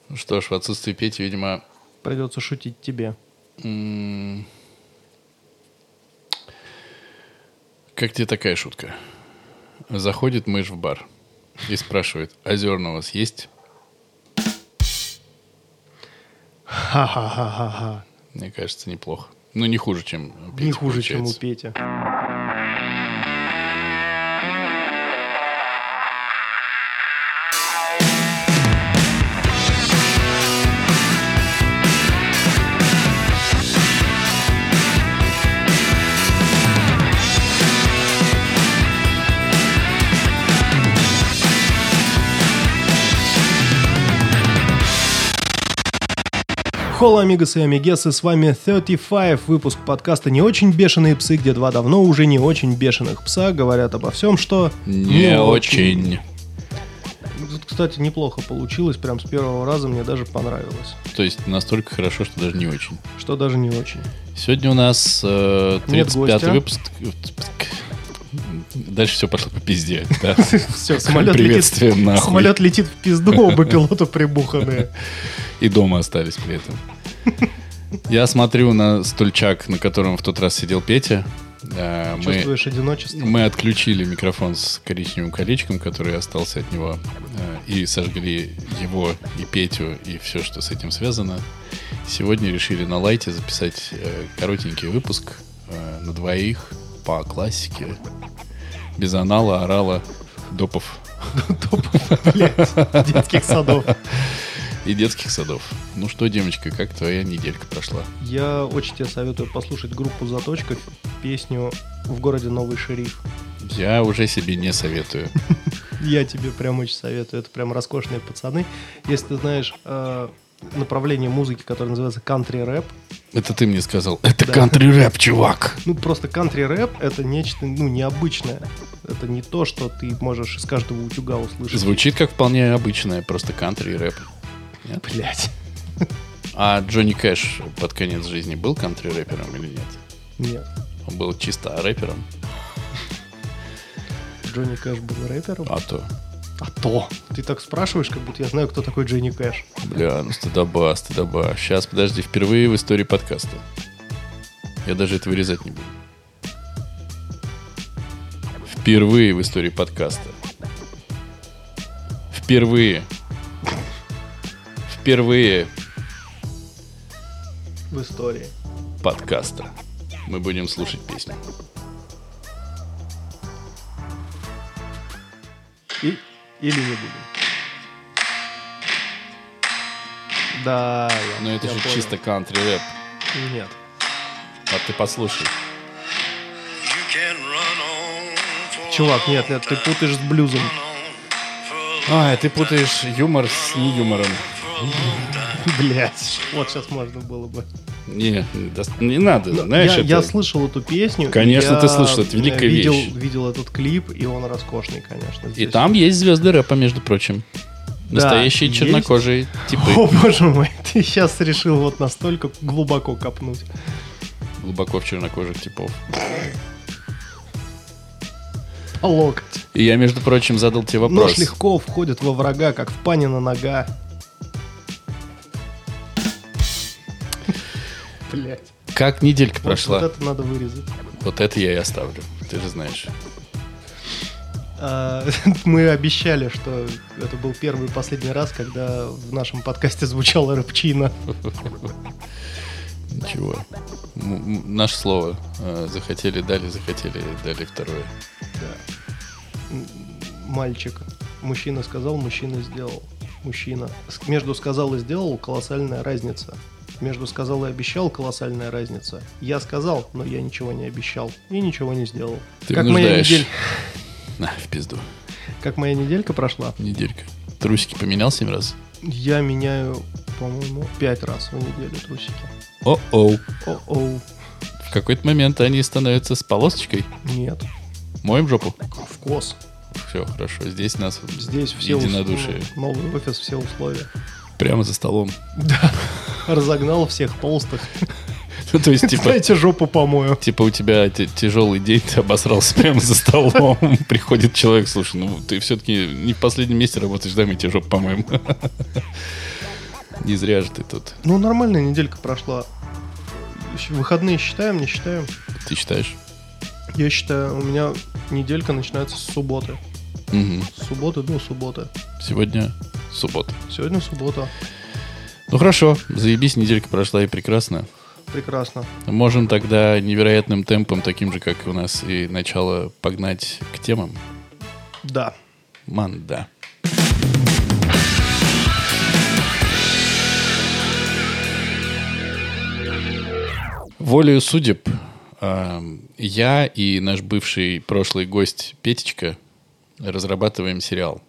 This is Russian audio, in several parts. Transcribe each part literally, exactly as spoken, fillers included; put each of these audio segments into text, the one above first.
Ну что ж, в отсутствие Пети, видимо... Придется шутить тебе. М- Как тебе такая шутка? Заходит мышь в бар и спрашивает: а зерна у вас есть? Ха-ха-ха-ха-ха. Мне кажется, неплохо. Ну, не хуже, чем у Пети. Не хуже, чем у получается. Пети. Холо, амигос и амигесы, с вами тридцать пять, выпуск подкаста «Не очень бешеные псы», где два давно уже не очень бешеных пса говорят обо всем, что... Не, не очень. очень. Тут, кстати, неплохо получилось, прям с первого раза мне даже понравилось. То есть настолько хорошо, что даже не очень. Что даже не очень. Сегодня у нас э, тридцать пятый выпуск. Дальше все пошло по пизде. Да? Все, самолет летит, самолет летит в пизду, оба пилота прибуханные. И дома остались при этом. Я смотрю на стульчак, на котором в тот раз сидел Петя. Чувствуешь мы, одиночество? Мы отключили микрофон с коричневым колечком, который остался от него, и сожгли его, и Петю, и все, что с этим связано. Сегодня решили на лайте записать коротенький выпуск на двоих по классике. Без анала, орала, допов. Допов, блядь, детских садов. И детских садов. Ну что, девочка, как твоя неделька прошла? Я очень тебе советую послушать группу «Заточка», песню «В городе новый шериф». Я уже себе не советую. Я тебе прям очень советую. Это прям роскошные пацаны. Если ты знаешь направление музыки, которое называется кантри-рэп. Это ты мне сказал. Это да. Кантри-рэп, чувак. Ну, просто кантри-рэп — это нечто, ну, необычное. Это не то, что ты можешь из каждого утюга услышать. Звучит как вполне обычное, просто кантри-рэп. Нет? Блять. А Джонни Кэш под конец жизни был кантри-рэпером или нет? Нет. Он был чисто рэпером. Джонни Кэш был рэпером? А то. А то. Ты так спрашиваешь, как будто я знаю, кто такой Джонни Кэш. Бля, ну стыдоба, стыдоба. Сейчас, подожди, впервые в истории подкаста. Я даже это вырезать не буду. Впервые в истории подкаста. Впервые. Впервые в истории подкаста мы будем слушать песню. И, или не будем. Да, я, но это я же понял. Чисто кантри-рэп. Нет. А ты послушай. Чувак, нет, нет, ты путаешь с блюзом. А, ты путаешь юмор с не юмором. Блять, вот сейчас можно было бы. Не, не надо, но знаешь, я, это... я слышал эту песню. Конечно, я ты слышал, это великая видел, вещь. Видел этот клип, и он роскошный, конечно. Здесь. И там есть звезды рэпа, между прочим. Настоящие да, чернокожие есть? типы. О, боже мой, ты сейчас решил вот настолько глубоко копнуть. Глубоко в чернокожих типов. По локоть. И я, между прочим, задал тебе вопрос. Нож легко входит во врага, как в Панина нога. Блять. Как неделька вот, прошла? Вот это надо вырезать. Вот это я и оставлю. Ты же знаешь. А, мы обещали, что это был первый и последний раз, когда в нашем подкасте звучала рэпчина. Ничего. М- наше слово. Захотели, дали, захотели, дали второе. Да. Мальчик. Мужчина сказал, мужчина сделал. Мужчина. Между сказал и сделал колоссальная разница. Между сказал и обещал колоссальная разница. Я сказал, но я ничего не обещал и ничего не сделал. Ты как внуждаешь. моя недель... На, в пизду. Как моя неделька прошла? Неделька. Трусики поменял семь раз? Я меняю, по-моему, пять раз в неделю трусики. О-оу. О-оу. В какой-то момент они становятся с полосочкой? Нет. Моем жопу? В кос. Все, хорошо. Здесь нас Здесь все единодушие. Ус... Новый офис, все условия. Прямо за столом. Да. Разогнал всех толстых. Ну, то есть, типа... Дайте жопу помою. Типа у тебя тяжелый день, ты обосрался прямо за столом. Приходит человек, слушай, ну ты все-таки не в последнем месте работаешь, дай мы тебе жопу помоем. Не зря же ты тут. Ну, нормальная неделька прошла. Выходные считаем, не считаем? Ты считаешь? Я считаю, у меня неделька начинается с субботы. Угу. С субботы до субботы. Сегодня суббота. Сегодня суббота. Ну хорошо, заебись, неделька прошла и прекрасно. Прекрасно. Можем тогда невероятным темпом, таким же, как у нас и начало, погнать к темам? Да. Манда. Волею судеб э, я и наш бывший прошлый гость Петечка разрабатываем сериал,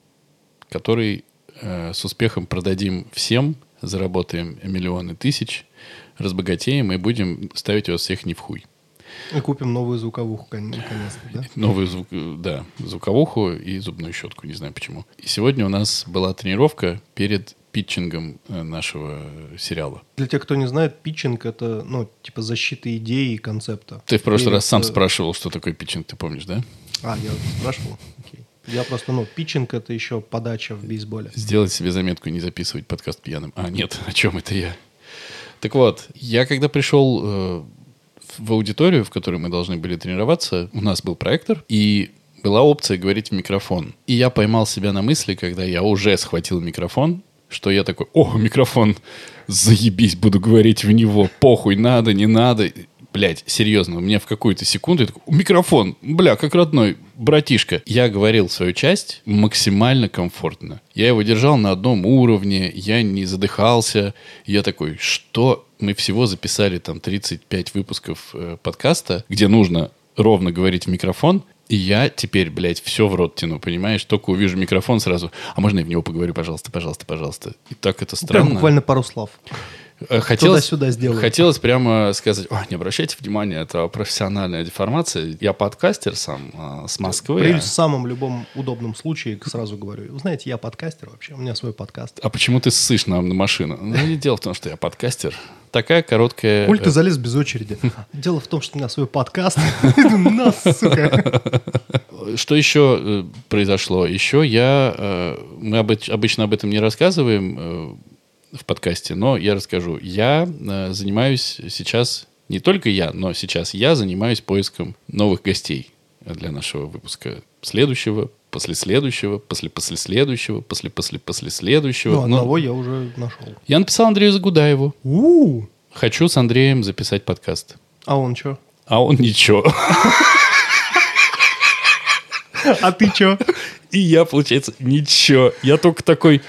который э, с успехом продадим всем, заработаем миллионы тысяч, разбогатеем и будем ставить вас всех не в хуй. И купим новую звуковуху, наконец-то, да? Новую звук, да, звуковуху и зубную щетку, не знаю почему. И сегодня у нас была тренировка перед питчингом нашего сериала. Для тех, кто не знает, питчинг — это, ну, типа защита идеи и концепта. Ты в прошлый перед... раз сам спрашивал, что такое питчинг, ты помнишь, да? А, я спрашивал? Окей. Я просто, ну, питчинг — это еще подача в бейсболе. Сделать себе заметку, не записывать подкаст пьяным. А, нет, о чем это я? Так вот, я когда пришел э, в аудиторию, в которой мы должны были тренироваться, у нас был проектор, и была опция говорить в микрофон. И я поймал себя на мысли, когда я уже схватил микрофон, что я такой: о, микрофон, заебись, буду говорить в него, похуй, надо, не надо. Блядь, серьезно, у меня в какую-то секунду я такой: микрофон, бля, как родной братишка. Я говорил свою часть максимально комфортно. Я его держал на одном уровне, я не задыхался. Я такой: что? Мы всего записали там тридцать пять выпусков э, подкаста, где нужно ровно говорить в микрофон. И я теперь, блядь, все в рот тяну, понимаешь? Только увижу микрофон сразу: а можно я в него поговорю, пожалуйста, пожалуйста, пожалуйста. И так это странно. Прям буквально пару слов. Хотелось, Туда-сюда сделаем. хотелось прямо сказать: о, не обращайте внимания, это профессиональная деформация. Я подкастер сам э, с Москвы. При самом любом удобном случае сразу говорю: вы знаете, я подкастер вообще, у меня свой подкаст. А почему ты ссышь нам на машину? Ну, не дело в том, что я подкастер. Такая короткая... Коль ты залез без очереди. Дело в том, что у меня свой подкаст. Нас, сука. Что еще произошло? Еще я... Мы обычно об этом не рассказываем в подкасте, но я расскажу. Я занимаюсь сейчас... Не только я, но сейчас я занимаюсь поиском новых гостей для нашего выпуска. Следующего, после следующего, после после следующего, после после после следующего. Ну, одного я уже нашел. Я написал Андрею Загудаеву. У-у-у. Хочу с Андреем записать подкаст. А он что? А он ничего. А ты что? И я, получается, ничего. Я только такой...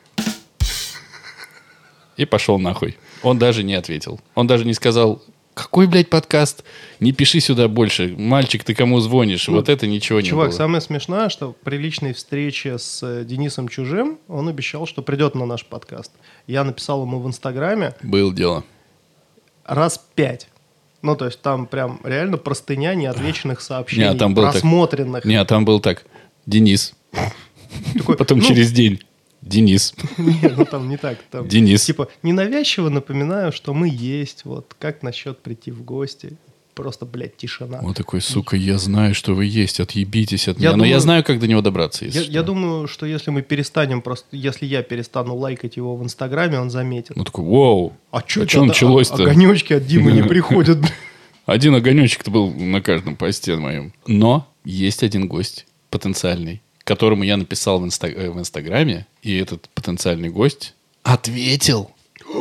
И пошел нахуй. Он даже не ответил. Он даже не сказал: какой, блядь, подкаст? Не пиши сюда больше. Мальчик, ты кому звонишь? Ну, вот это ничего не было. Чувак, самое смешное, что при личной встрече с Денисом Чужим он обещал, что придет на наш подкаст. Я написал ему в Инстаграме. Было дело. Раз пять. Ну, то есть там прям реально простыня неотвеченных сообщений, не, там был просмотренных. Так... Не, там был так: Денис. Такой, потом ну... через день: Денис. Нет, ну там не так. Там, Денис. Типа, ненавязчиво напоминаю, что мы есть. Вот как насчет прийти в гости? Просто, блядь, тишина. Вот такой: сука, я знаю, что вы есть, отъебитесь от меня. Я Но думаю, я знаю, как до него добраться. Если я, я думаю, что если мы перестанем просто, если я перестану лайкать его в Инстаграме, он заметит. Ну такой: вау, А что а началось-то? Огонечки от Димы не приходят. Один огонечек-то был на каждом посте моем. Но есть один гость потенциальный, которому я написал в, инста... в Инстаграме, и этот потенциальный гость ответил.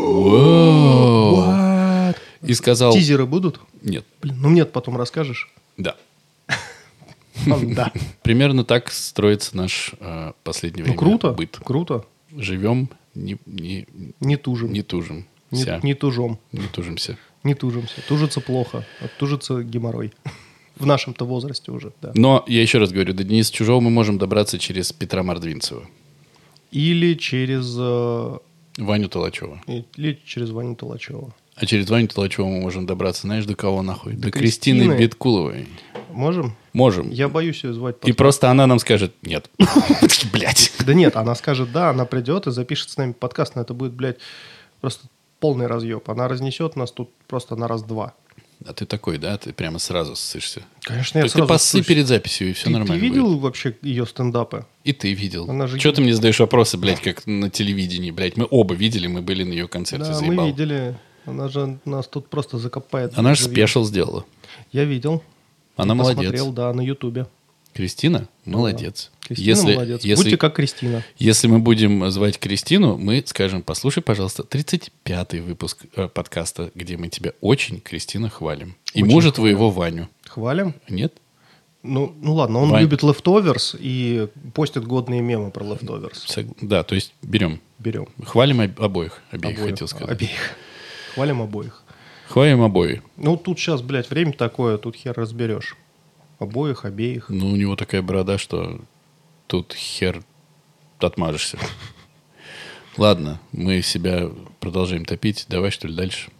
И сказал... Тизеры будут? Нет. Блин, ну нет, потом расскажешь. Да. Да. Примерно так строится наш э, последнее время ну, круто, быт. Круто. Живем, не, не, не тужим. Не тужим. Не, не тужим. Не тужимся. Не тужимся. Тужится плохо. Тужится геморрой. В нашем-то возрасте уже, да. Но, я еще раз говорю, до Дениса Чужого мы можем добраться через Петра Мордвинцева. Или через... Э... Ваню Толачева. Или через Ваню Толачева. А через Ваню Толачева мы можем добраться, знаешь, до кого нахуй? До, до Кристины, Кристины Биткуловой. Можем? Можем. Я боюсь ее звать. И просто она нам скажет: нет. Блядь. Да нет, она скажет да, она придет и запишет с нами подкаст, но это будет, блядь, просто полный разъеб. Она разнесет нас тут просто на раз-два. А ты такой, да? Ты прямо сразу ссышься. Конечно, я Так сразу ты поссы ссусь. перед записью, и все Ты, нормально ты видел будет. вообще ее стендапы? И ты видел. Она же Чего еб- ты мне задаешь вопросы, блядь, как на телевидении, блядь? Мы оба видели, мы были на ее концерте, Да, заебал. мы видели. Она же нас тут просто закопает. Она же живьем. спешл сделала. Я видел. Она И молодец. Посмотрел, да, на Ютубе. Кристина молодец. Кристина если, молодец. Если, Будьте как Кристина. если мы будем звать Кристину, мы скажем, послушай, пожалуйста, тридцать пятый выпуск э, подкаста, где мы тебя очень, Кристина, хвалим. И Очень мужа хвалим. твоего Ваню. Хвалим? Нет? Ну, ну ладно, он Вань. любит leftovers и постит годные мемы про leftovers. Сог- Да, то есть берем. Берем. Хвалим об- обоих. Обеих, Обоих. хотел сказать. Обеих. Хвалим обоих. Хвалим обоих. Ну, тут сейчас, блядь, время такое, тут хер разберешь. Обоих, обеих. Ну, у него такая борода, что тут хер отмажешься. Ладно, мы себя продолжаем топить. Давай, что ли, дальше?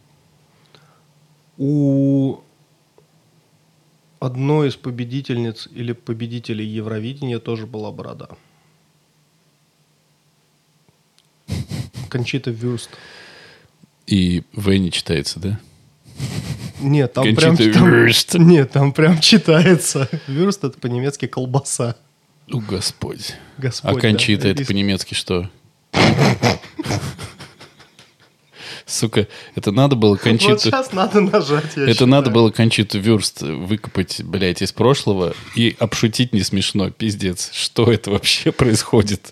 У одной из победительниц или победителей Евровидения тоже была борода. Кончита Вюрст. И В не читается, да? Нет, там Кончита прям... там- Вюрст. Нет, там прям читается. Вюрст — это по-немецки колбаса. О, Господь. Господь, А Кончита да. это Из- по-немецки что? Сука, это надо было Вот Кончиту... сейчас надо нажать, я Это считаю. надо было Кончиту Вюрст выкопать, блядь, из прошлого и обшутить не смешно. Пиздец. Что это вообще происходит?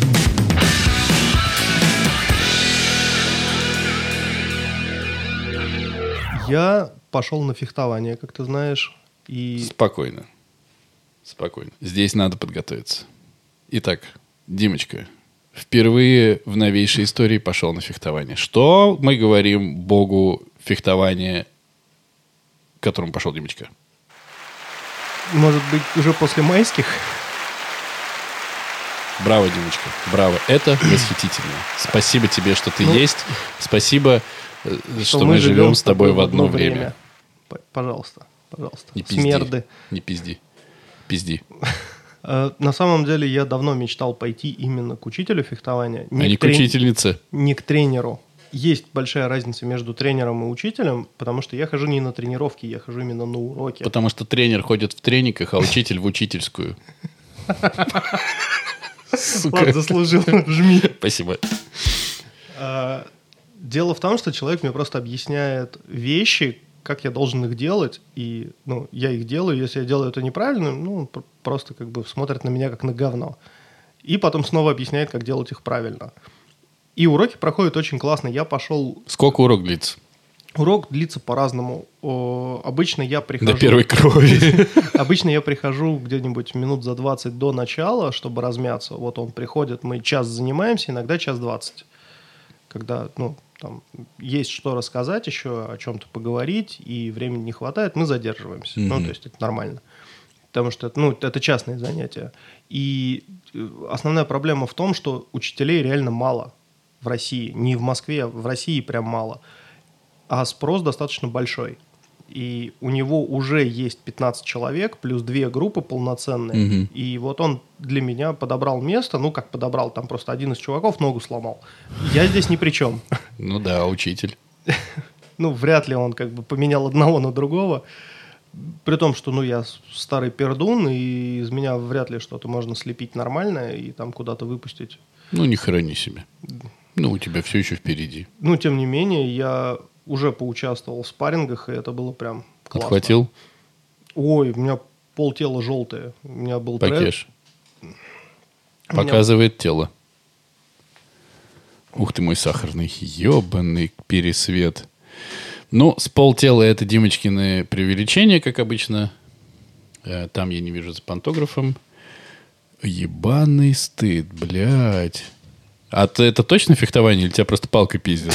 Я пошел на фехтование, как ты знаешь, и Спокойно. Спокойно. Здесь надо подготовиться. Итак, Димочка, впервые в новейшей истории пошел на фехтование. Что мы говорим богу фехтования, к которому пошел Димочка? может быть, уже после майских. Браво, Димочка, браво. Это восхитительно. Спасибо тебе, что ты Ну, есть. Спасибо, э, что, мы живем с тобой в одно время. П- Пожалуйста, пожалуйста. Не пизди. Смерды. Не пизди. Пизди. Э, На самом деле я давно мечтал пойти именно к учителю фехтования. А не к трен- учительнице. не к тренеру. Есть большая разница между тренером и учителем, потому что я хожу не на тренировки, я хожу именно на уроки. Потому что тренер ходит в трениках, а учитель в учительскую. Ладно, заслужил, жми. Спасибо. А, Дело в том, что человек мне просто объясняет вещи, как я должен их делать, и ну, я их делаю. Если я делаю это неправильно, ну, он пр- просто как бы смотрит на меня как на говно. И потом снова объясняет, как делать их правильно. И уроки проходят очень классно. Я пошел... Сколько урок длится? Урок длится по-разному. О, обычно я прихожу... До первой крови. Обычно я прихожу где-нибудь минут за двадцать до начала, чтобы размяться. Вот он приходит, мы час занимаемся, иногда час двадцать. Когда, ну, там есть что рассказать еще, о чем-то поговорить, и времени не хватает, мы задерживаемся. Ну, Мгм. то есть это нормально. Потому что это, ну, это частные занятия. И э, основная проблема в том, что учителей реально мало в России. Не в Москве, а в России прям мало. А спрос достаточно большой. И у него уже есть пятнадцать человек, плюс две группы полноценные. Мгм. И вот он для меня подобрал место. Ну, как подобрал, там просто один из чуваков ногу сломал. Я здесь ни при чем. Ну да, учитель. Ну, вряд ли он как бы поменял одного на другого. При том, что, ну, я с- старый пердун, и из меня вряд ли что-то можно слепить нормальное и там куда-то выпустить. Ну, не храни себя. Ну, у тебя все еще впереди. Ну, тем не менее, я уже поучаствовал в спаррингах, и это было прям классно. Отхватил Ой, у меня полтела желтое. У меня был трек. пакеш. У меня- Показывает тело. Ух ты мой сахарный. Ебаный пересвет. Ну, с полтела это Димочкины преувеличения, как обычно. Э, Там я не вижу за пантографом. Ебаный стыд, блядь. А ты это точно фехтование или тебя просто палкой пиздят?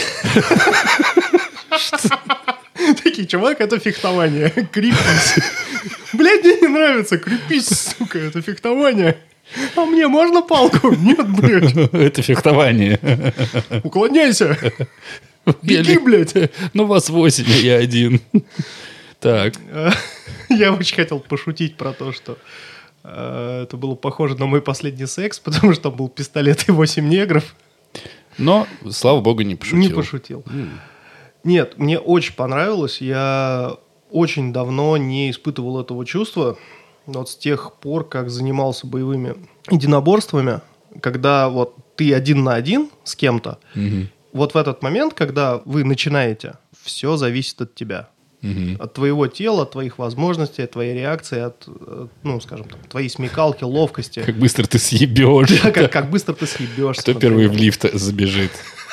Такие, чувак, это фехтование. Крепись. Блядь, мне не нравится. Крепись, сука, это фехтование. А мне можно палку? Нет, блядь. Это фехтование. Уклоняйся. Беги, блядь. Ну, вас восемь, а я один. Так. Я очень хотел пошутить про то, что э, это было похоже на мой последний секс, потому что там был пистолет и восемь негров. Но, слава богу, не пошутил. Не пошутил. Нет, мне очень понравилось. Я очень давно не испытывал этого чувства. Вот с тех пор, как занимался боевыми единоборствами, когда вот ты один на один с кем-то, Угу. вот в этот момент, когда вы начинаете, все зависит от тебя. Угу. От твоего тела, от твоих возможностей, от твоей реакции, от, от, ну, скажем так, твоей смекалки, ловкости. Как быстро ты съебешь. Да, как, как быстро ты съебешься. Кто первый в лифт забежит?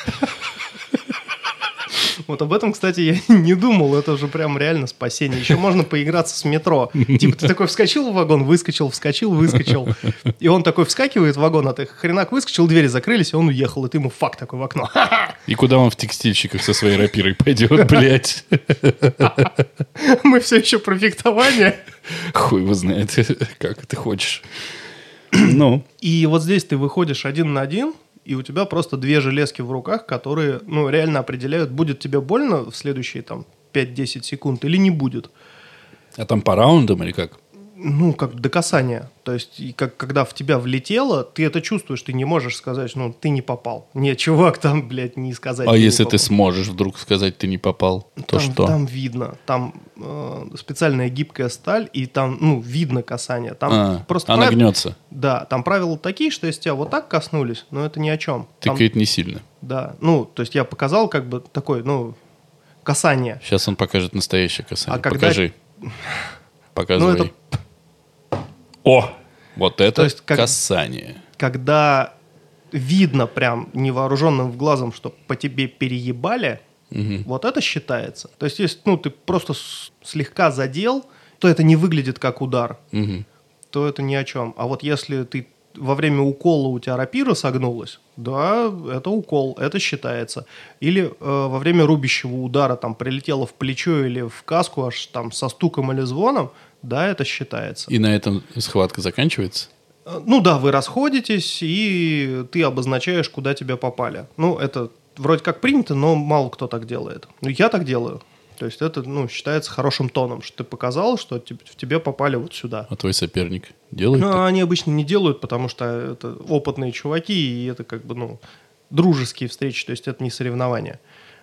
Вот об этом, кстати, я не думал. Это же прям реально спасение. Еще можно поиграться с метро. Типа ты такой вскочил в вагон, выскочил, вскочил, выскочил. И он такой вскакивает в вагон, а ты хренак выскочил, двери закрылись, и он уехал. И ты ему фак такой в окно. И куда он в текстильщиках со своей рапирой пойдет, блядь? Мы все еще про фехтование. Хуй его знает, как ты хочешь. Ну. И вот здесь ты выходишь один на один, и у тебя просто две железки в руках, которые, ну, реально определяют, будет тебе больно в следующие, там, пять-десять секунд или не будет. А там по раундам или как? Ну, как до касания. То есть, и как, когда в тебя влетело, ты это чувствуешь, ты не можешь сказать, ну, ты не попал. Нет, чувак, там, блядь, не сказать. А если ты попал. сможешь вдруг сказать, ты не попал, то там, что? Там видно. Там э, специальная гибкая сталь, и там, ну, видно касание. Там А, просто она прав... гнется. Да, там правила такие, что если тебя вот так коснулись, но это ни о чем. Там... Тыкает не сильно. Да, ну, то есть я показал как бы такой, ну, касание. Сейчас он покажет настоящее касание. А когда- Покажи. Показывай. Ну, это О! Вот это То есть как- касание. когда видно прям невооруженным глазом, что по тебе переебали, Мгм. вот это считается. То есть если, ну, ты просто с- слегка задел, то это не выглядит как удар, Мгм. то это ни о чем. А вот если ты во время укола у тебя рапира согнулась, да, это укол, это считается. Или э, во время рубящего удара там прилетело в плечо или в каску аж там со стуком или звоном, да, это считается. И на этом схватка заканчивается? Э, Ну да, вы расходитесь, и ты обозначаешь, куда тебя попали. Ну, это вроде как принято, но мало кто так делает. Ну, я так делаю. То есть это, ну, считается хорошим тоном, что ты показал, что тебе- в тебе попали вот сюда. А твой соперник делает Ну, так? они обычно не делают, потому что это опытные чуваки, и это как бы, ну, дружеские встречи, то есть это не соревнования.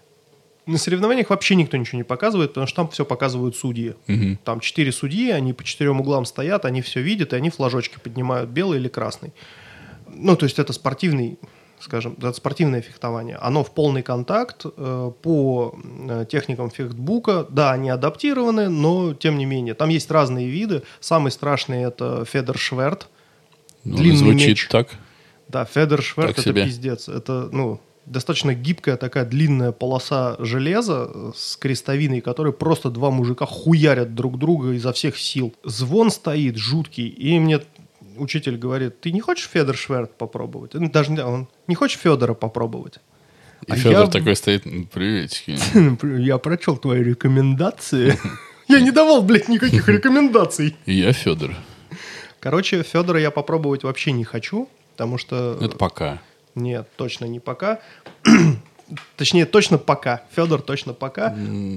На соревнованиях вообще никто ничего не показывает, потому что там все показывают судьи. Мгм. Там четыре судьи, они по четырем углам стоят, они все видят, и они флажочки поднимают, белый или красный. Ну, то есть это спортивный, скажем, это спортивное фехтование. Оно в полный контакт э, по э, техникам фехтбука. Да, они адаптированы, но тем не менее. Там есть разные виды. Самый страшный это Федершверт. Ну, длинный звучит меч. так. Да, Федершверт Так это себе. пиздец. Это, ну, достаточно гибкая такая длинная полоса железа э, с крестовиной, которой просто два мужика хуярят друг друга изо всех сил. Звон стоит жуткий, и мне учитель говорит: ты не хочешь Федершверт попробовать? Он даже не, он не хочешь Федора попробовать? И А Федор я- такой стоит, «Ну, приветики. Я прочел твои рекомендации. Я не давал, блядь, никаких рекомендаций. И я Федор. Короче, Федора я попробовать вообще не хочу, потому что... Это пока. Нет, точно не пока. Точнее, точно пока. Федор точно пока.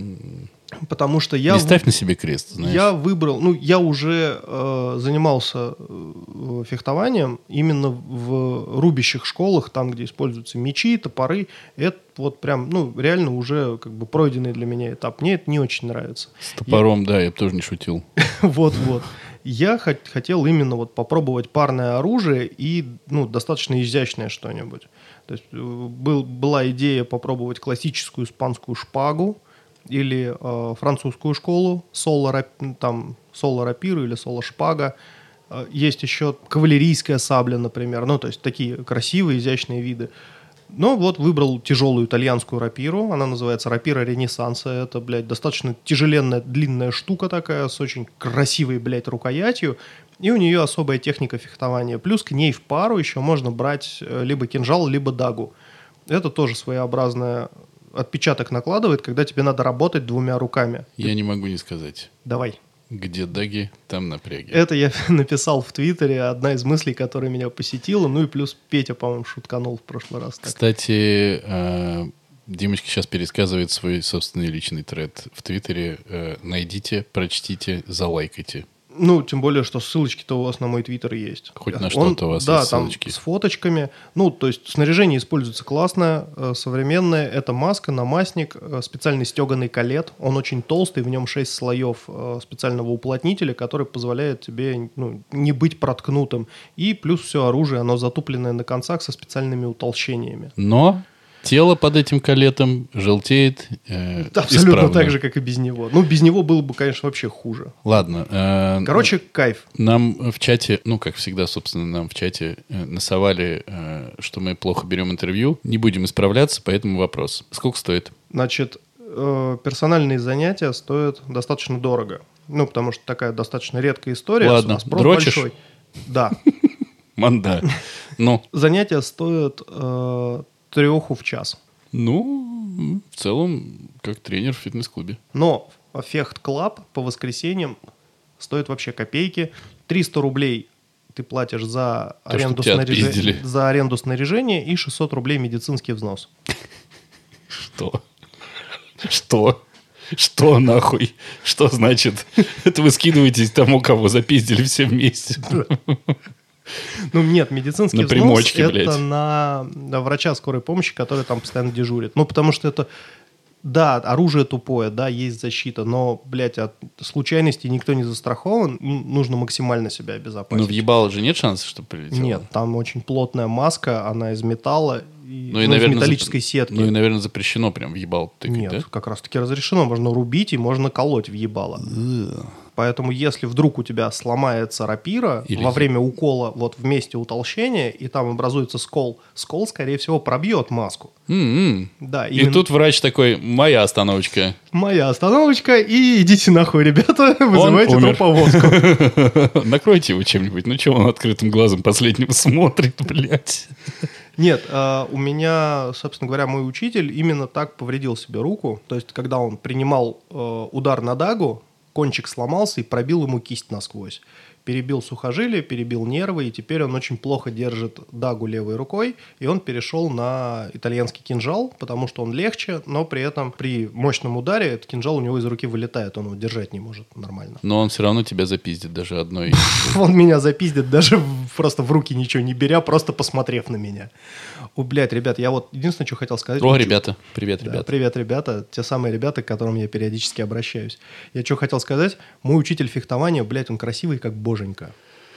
Потому что я... Не в- ставь на себе крест, знаешь. Я выбрал, ну, я уже э, занимался э, фехтованием именно в рубящих школах, там, где используются мечи, топоры. Это вот прям, ну, реально уже как бы пройденный для меня этап. Мне это не очень нравится. С топором, да, я бы тоже не шутил. Вот-вот. Я хот- хотел именно вот попробовать парное оружие и, ну, достаточно изящное что-нибудь. То есть э, был, была идея попробовать классическую испанскую шпагу или э, французскую школу, соло-рап- там, соло-рапира или соло-шпага. Э, Есть еще кавалерийская сабля, например. Ну, то есть такие красивые, изящные виды. Но вот выбрал тяжелую итальянскую рапиру. Она называется рапира Ренессанса. Это, блядь, достаточно тяжеленная, длинная штука такая, с очень красивой, блядь, рукоятью. И у нее особая техника фехтования. Плюс к ней в пару еще можно брать э, либо кинжал, либо дагу. Это тоже своеобразный отпечаток накладывает, когда тебе надо работать двумя руками. Я не могу не сказать. Давай. Где даги, там напряги. Это я написал в Твиттере, одна из мыслей, которая меня посетила. Ну и плюс Петя, по-моему, шутканул в прошлый раз. Так. Кстати, э, Димочка сейчас пересказывает свой собственный личный тред в Твиттере. Э, Найдите, прочтите, залайкайте. Ну, тем более, что ссылочки-то у вас на мой твиттер есть. Хоть на Он, что-то у вас да, есть ссылочки. там с фоточками. Ну, то есть снаряжение используется классное, э, современное. Это маска, намастник, э, специальный стеганый колет. Он очень толстый, в нем шесть слоев э, специального уплотнителя, который позволяет тебе ну, не быть проткнутым. И плюс все оружие, оно затупленное на концах со специальными утолщениями. Но тело под этим колетом желтеет э, Абсолютно исправно. так же, как и без него. Ну, без него было бы, конечно, вообще хуже. Ладно. Э, Короче, кайф. Нам в чате, ну, как всегда, собственно, нам в чате э, насовали, э, что мы плохо берем интервью. Не будем исправляться, поэтому вопрос. Сколько стоит? Значит, э, персональные занятия стоят достаточно дорого. Ну, потому что такая достаточно редкая история. Ладно, Спрос дрочишь? большой. Да. Манда. Ну, Занятия стоят э, треху в час. ну, в целом, как тренер в фитнес-клубе. Но Фехт Клаб по воскресеньям стоит вообще копейки. триста рублей ты платишь за То, аренду, что тебя снаряжения, отпиздили. за аренду снаряжения и шестьсот рублей медицинский взнос. Что? Что? Что нахуй? Что значит? Это вы скидываетесь тому, кого запиздили все вместе. Ну, нет, медицинский На взнос примочке, это блядь. на, на врача скорой помощи, который там постоянно дежурит. Ну, потому что это, да, оружие тупое, да, есть защита, но, блядь, от случайностей никто не застрахован, м, нужно максимально себя обезопасить. Ну, въебало же нет шанса, что прилетело? Нет, там очень плотная маска, она из металла, и, Ну, и, ну, наверное, из металлической зап- сетки. Ну, и, наверное, запрещено прям въебал тыкать, Нет, да? как раз-таки разрешено, можно рубить и можно колоть в ебало. Поэтому, если вдруг у тебя сломается рапира Или- во время укола вот в месте утолщения, и там образуется скол, скол, скорее всего, пробьет маску. М-м. Да, И именно тут врач такой: моя остановочка. моя остановочка, и идите нахуй, ребята, вызывайте умер. труповозку. Накройте его чем-нибудь. Ну, чего он открытым глазом последнего смотрит, блядь? Нет, э, у меня, собственно говоря, мой учитель именно так повредил себе руку. То есть, когда он принимал э, удар на дагу, кончик сломался и пробил ему кисть насквозь. Перебил сухожилие, перебил нервы, и теперь он очень плохо держит дагу левой рукой, и он перешел на итальянский кинжал, потому что он легче, но при этом при мощном ударе этот кинжал у него из руки вылетает, он его держать не может нормально. Но он все равно тебя запиздит даже одной. Он меня запиздит, даже в- просто в руки ничего не беря, просто посмотрев на меня. О, блядь, ребят, я вот единственное, что хотел сказать... О, учу- ребята, привет, Да, ребята. привет, ребята. Те самые ребята, к которым я периодически обращаюсь. Я что хотел сказать? Мой учитель фехтования, блядь, он красивый, как боженька.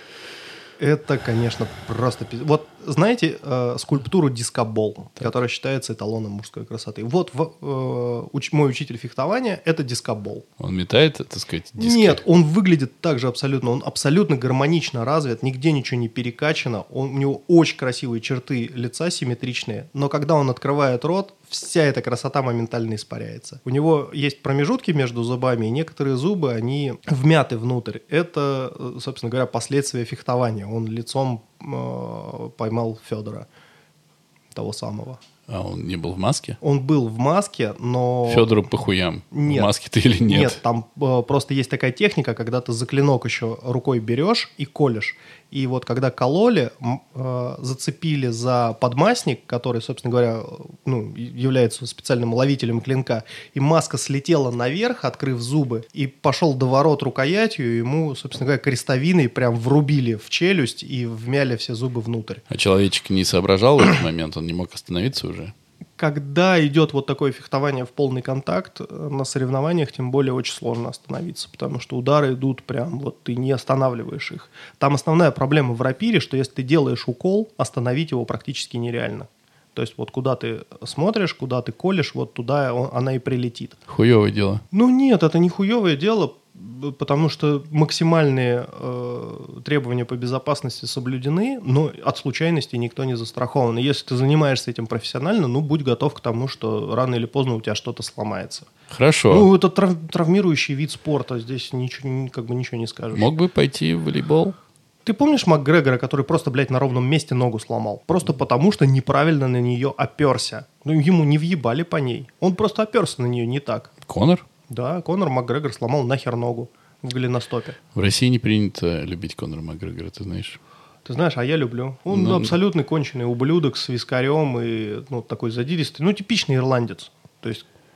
Это, конечно, просто... пиз- Вот, знаете, э, скульптуру дискобол, которая считается эталоном мужской красоты. Вот в- э, уч- мой учитель фехтования – это дискобол. Он метает, так сказать, диски? Нет, он выглядит так же абсолютно. Он абсолютно гармонично развит, нигде ничего не перекачано. Он, у него очень красивые черты лица, симметричные. Но когда он открывает рот, вся эта красота моментально испаряется. У него есть промежутки между зубами, и некоторые зубы, они вмяты внутрь. Это, э, собственно говоря, последствия фехтования. Он лицом э, поймал Федора, того самого. А он не был в маске? Он был в маске, но... Федору по хуям. Нет. В маске ты или нет? Нет, там э, просто есть такая техника, когда ты за клинок еще рукой берешь и колешь. И вот когда кололи, м, э, зацепили за подмасник, который, собственно говоря, э, ну, и- является специальным ловителем клинка, и маска слетела наверх, открыв зубы, и пошел доворот рукоятью, и ему, собственно говоря, крестовиной прям врубили в челюсть и вмяли все зубы внутрь. А человечек не соображал в этот момент? Он не мог остановиться уже? Когда идет вот такое фехтование в полный контакт, э, на соревнованиях тем более очень сложно остановиться, потому что удары идут прям, вот ты не останавливаешь их. Там основная проблема в рапире, что если ты делаешь укол, остановить его практически нереально. То есть вот куда ты смотришь, куда ты колешь, вот туда он- она и прилетит. Хуевое дело. Ну нет, это не хуевое дело, б- потому что максимальные э, требования по безопасности соблюдены, но от случайностей никто не застрахован. И если ты занимаешься этим профессионально, ну будь готов к тому, что рано или поздно у тебя что-то сломается. Хорошо. Ну это трав- травмирующий вид спорта, здесь ничего, ни- как бы ничего не скажешь. Мог бы пойти в волейбол? Ты помнишь Макгрегора, который просто, блядь, на ровном месте ногу сломал? Просто потому, что неправильно на нее оперся. Ну, ему не въебали по ней. Он просто оперся на нее не так. Конор? Да, Конор Макгрегор сломал нахер ногу в голеностопе. В России не принято любить Конора Макгрегора, ты знаешь. Ты знаешь, а я люблю. Он Ну, абсолютный конченый ублюдок с вискарем и ну, такой задиристый. Ну, типичный ирландец. То есть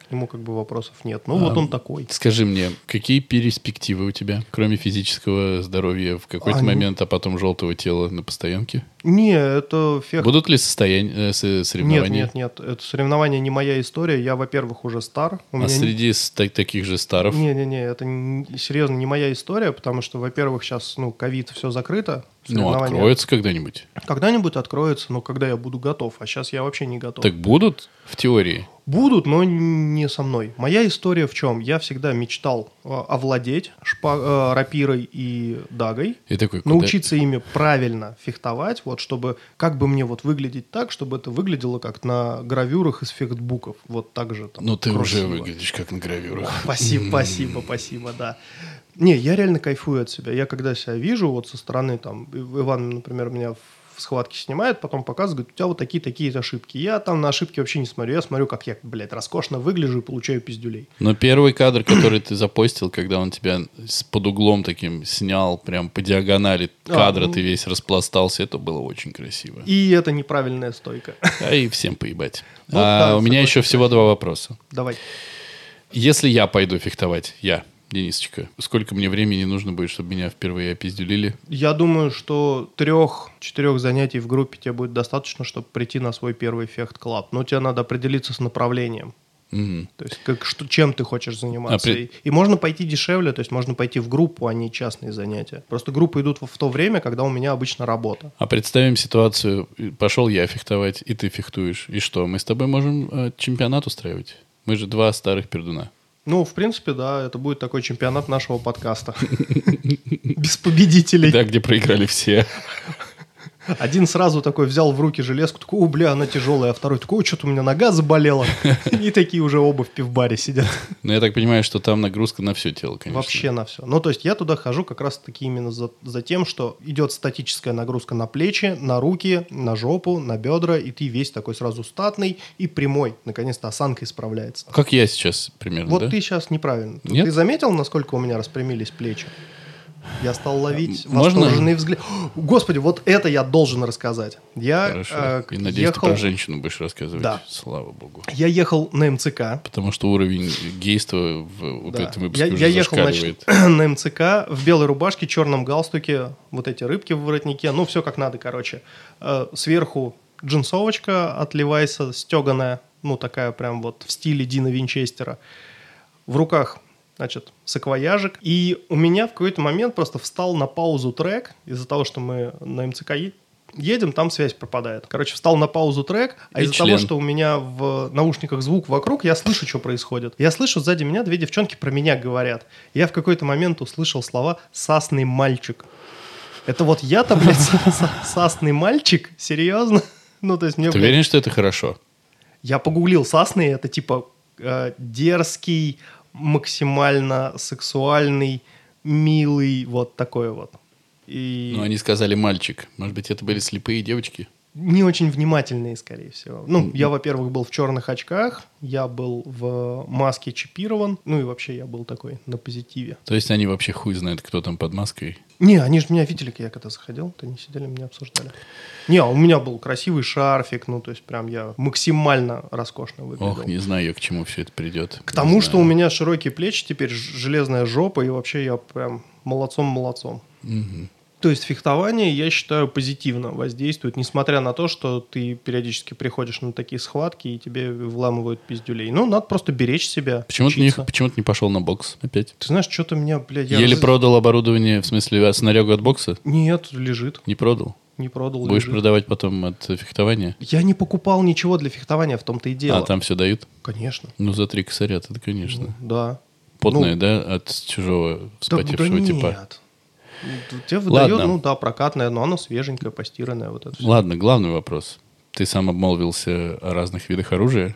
к нему как бы вопросов нет. Ну, а, вот он такой. Скажи мне, какие перспективы у тебя, кроме физического здоровья в какой-то а, момент, а потом желтого тела на постоянке? Не, это фехт. Будут ли состояния, соревнования? Нет, нет, нет. Это соревнования не моя история. Я, во-первых, уже стар. У а меня среди не... таких же старов? Не-не-не, это не, серьезно не моя история, потому что, во-первых, сейчас, ну, ковид, все закрыто. Ну, откроется когда-нибудь? Когда-нибудь откроется, но когда я буду готов. А сейчас я вообще не готов. Так будут в теории? Будут, но не со мной. Моя история в чем? Я всегда мечтал овладеть шпа- рапирой и дагой. И такой, куда... Научиться ими правильно фехтовать, вот, чтобы как бы мне вот выглядеть так, чтобы это выглядело как на гравюрах из фехтбуков. Вот так же. Там, ну, ты красиво. уже выглядишь как на гравюрах. Спасибо, спасибо, спасибо, да. Не, я реально кайфую от себя. Я когда себя вижу вот со стороны, там, Иван, например, меня в схватке снимает, потом показывает, говорит, у тебя вот такие-такие ошибки. Я там на ошибки вообще не смотрю. Я смотрю, как я, блядь, роскошно выгляжу и получаю пиздюлей. Но первый кадр, который ты запостил, когда он тебя под углом таким снял, прям по диагонали кадра, а, ну... ты весь распластался, это было очень красиво. И это неправильная стойка. А и всем поебать. Вот, а да, у меня еще всего два вопроса. Давай. Если я пойду фехтовать, я... Денисочка, сколько мне времени нужно будет, чтобы меня впервые опиздюлили? Я думаю, что трех-четырех занятий в группе тебе будет достаточно, чтобы прийти на свой первый фехт-клаб. Но тебе надо определиться с направлением. Угу. То есть, как, что, чем ты хочешь заниматься. А при... и, и можно пойти дешевле, то есть можно пойти в группу, а не частные занятия. Просто группы идут в, в то время, когда у меня обычно работа. А представим ситуацию, пошел я фехтовать, и ты фехтуешь. И что, мы с тобой можем э, чемпионат устраивать? Мы же два старых пердуна. Ну, в принципе, да, это будет такой чемпионат нашего подкаста. Без победителей. Да, где проиграли все. Один сразу такой взял в руки железку, такой, о, бля, она тяжелая, а второй такой, о, что-то у меня нога заболела. И такие уже оба в пивбаре сидят. Ну, я так понимаю, что там нагрузка на все тело, конечно. Вообще на все. Ну, то есть я туда хожу как раз-таки именно за, за тем, что идет статическая нагрузка на плечи, на руки, на жопу, на бедра, и ты весь такой сразу статный и прямой. Наконец-то осанка исправляется. Как я сейчас примерно, Вот да? ты сейчас неправильно. Нет? Ты заметил, насколько у меня распрямились плечи? Я стал ловить Можно? восторженный взгляд. Господи, вот это я должен рассказать. Я, Хорошо. Э, И надеюсь, ехал... ты про женщину будешь рассказывать. Да. Слава богу. Я ехал на эм цэ ка. Потому что уровень гейства в Да. этом выпуске я, уже я ехал, зашкаливает. значит, на эм цэ ка в белой рубашке, черном галстуке, вот эти рыбки в воротнике, ну, все как надо, короче. Э, сверху джинсовочка от Левайса, стеганая, ну, такая прям вот в стиле Дина Винчестера. В руках... Значит, саквояжик. И у меня в какой-то момент просто встал на паузу трек. Из-за того, что мы на эм цэ ка едем, там связь пропадает. Короче, встал на паузу трек, а И из-за член. того, что у меня в наушниках звук вокруг, я слышу, что происходит. Я слышу, сзади меня две девчонки про меня говорят. Я в какой-то момент услышал слова «сасный мальчик». Это вот я-то, блядь, сасный мальчик? Серьезно? Ну, то есть мне... Ты уверен, что это хорошо? Я погуглил «сасный», это типа э, дерзкий... максимально сексуальный, милый, вот такой вот. И... Ну, они сказали мальчик. Может быть, это были слепые девочки? Не очень внимательные, скорее всего. Ну, mm-hmm. я, во-первых, был в черных очках, я был в маске чипирован, ну и вообще я был такой на позитиве. То есть они вообще хуй знают, кто там под маской? Не, они же меня видели, я когда заходил, то они сидели, меня обсуждали. Не, у меня был красивый шарфик, ну, то есть прям я максимально роскошно выглядел. Ох, не знаю, к чему все это придет. К тому, что у меня широкие плечи, теперь железная жопа, и вообще я прям молодцом-молодцом. Угу. То есть фехтование, я считаю, позитивно воздействует, несмотря на то, что ты периодически приходишь на такие схватки, и тебе вламывают пиздюлей. Ну, надо просто беречь себя. Почему ты, не, почему ты не пошел на бокс опять? Ты знаешь, что-то меня, блядь... Я Еле раз... продал оборудование, в смысле, снарягу от бокса? Нет, лежит. Не продал? Не продал, Будешь лежит. продавать потом от фехтования? Я не покупал ничего для фехтования, в том-то и дело. А, там все дают? Конечно. Ну, за три косаря, это, конечно. Ну, да. Потное, ну, да, от чужого вспотевшего да, да типа? Нет. Тебе выдает, Ладно. ну да, прокатное, но оно свеженькое, постиранное. Вот это все. Ладно, главный вопрос. Ты сам обмолвился о разных видах оружия.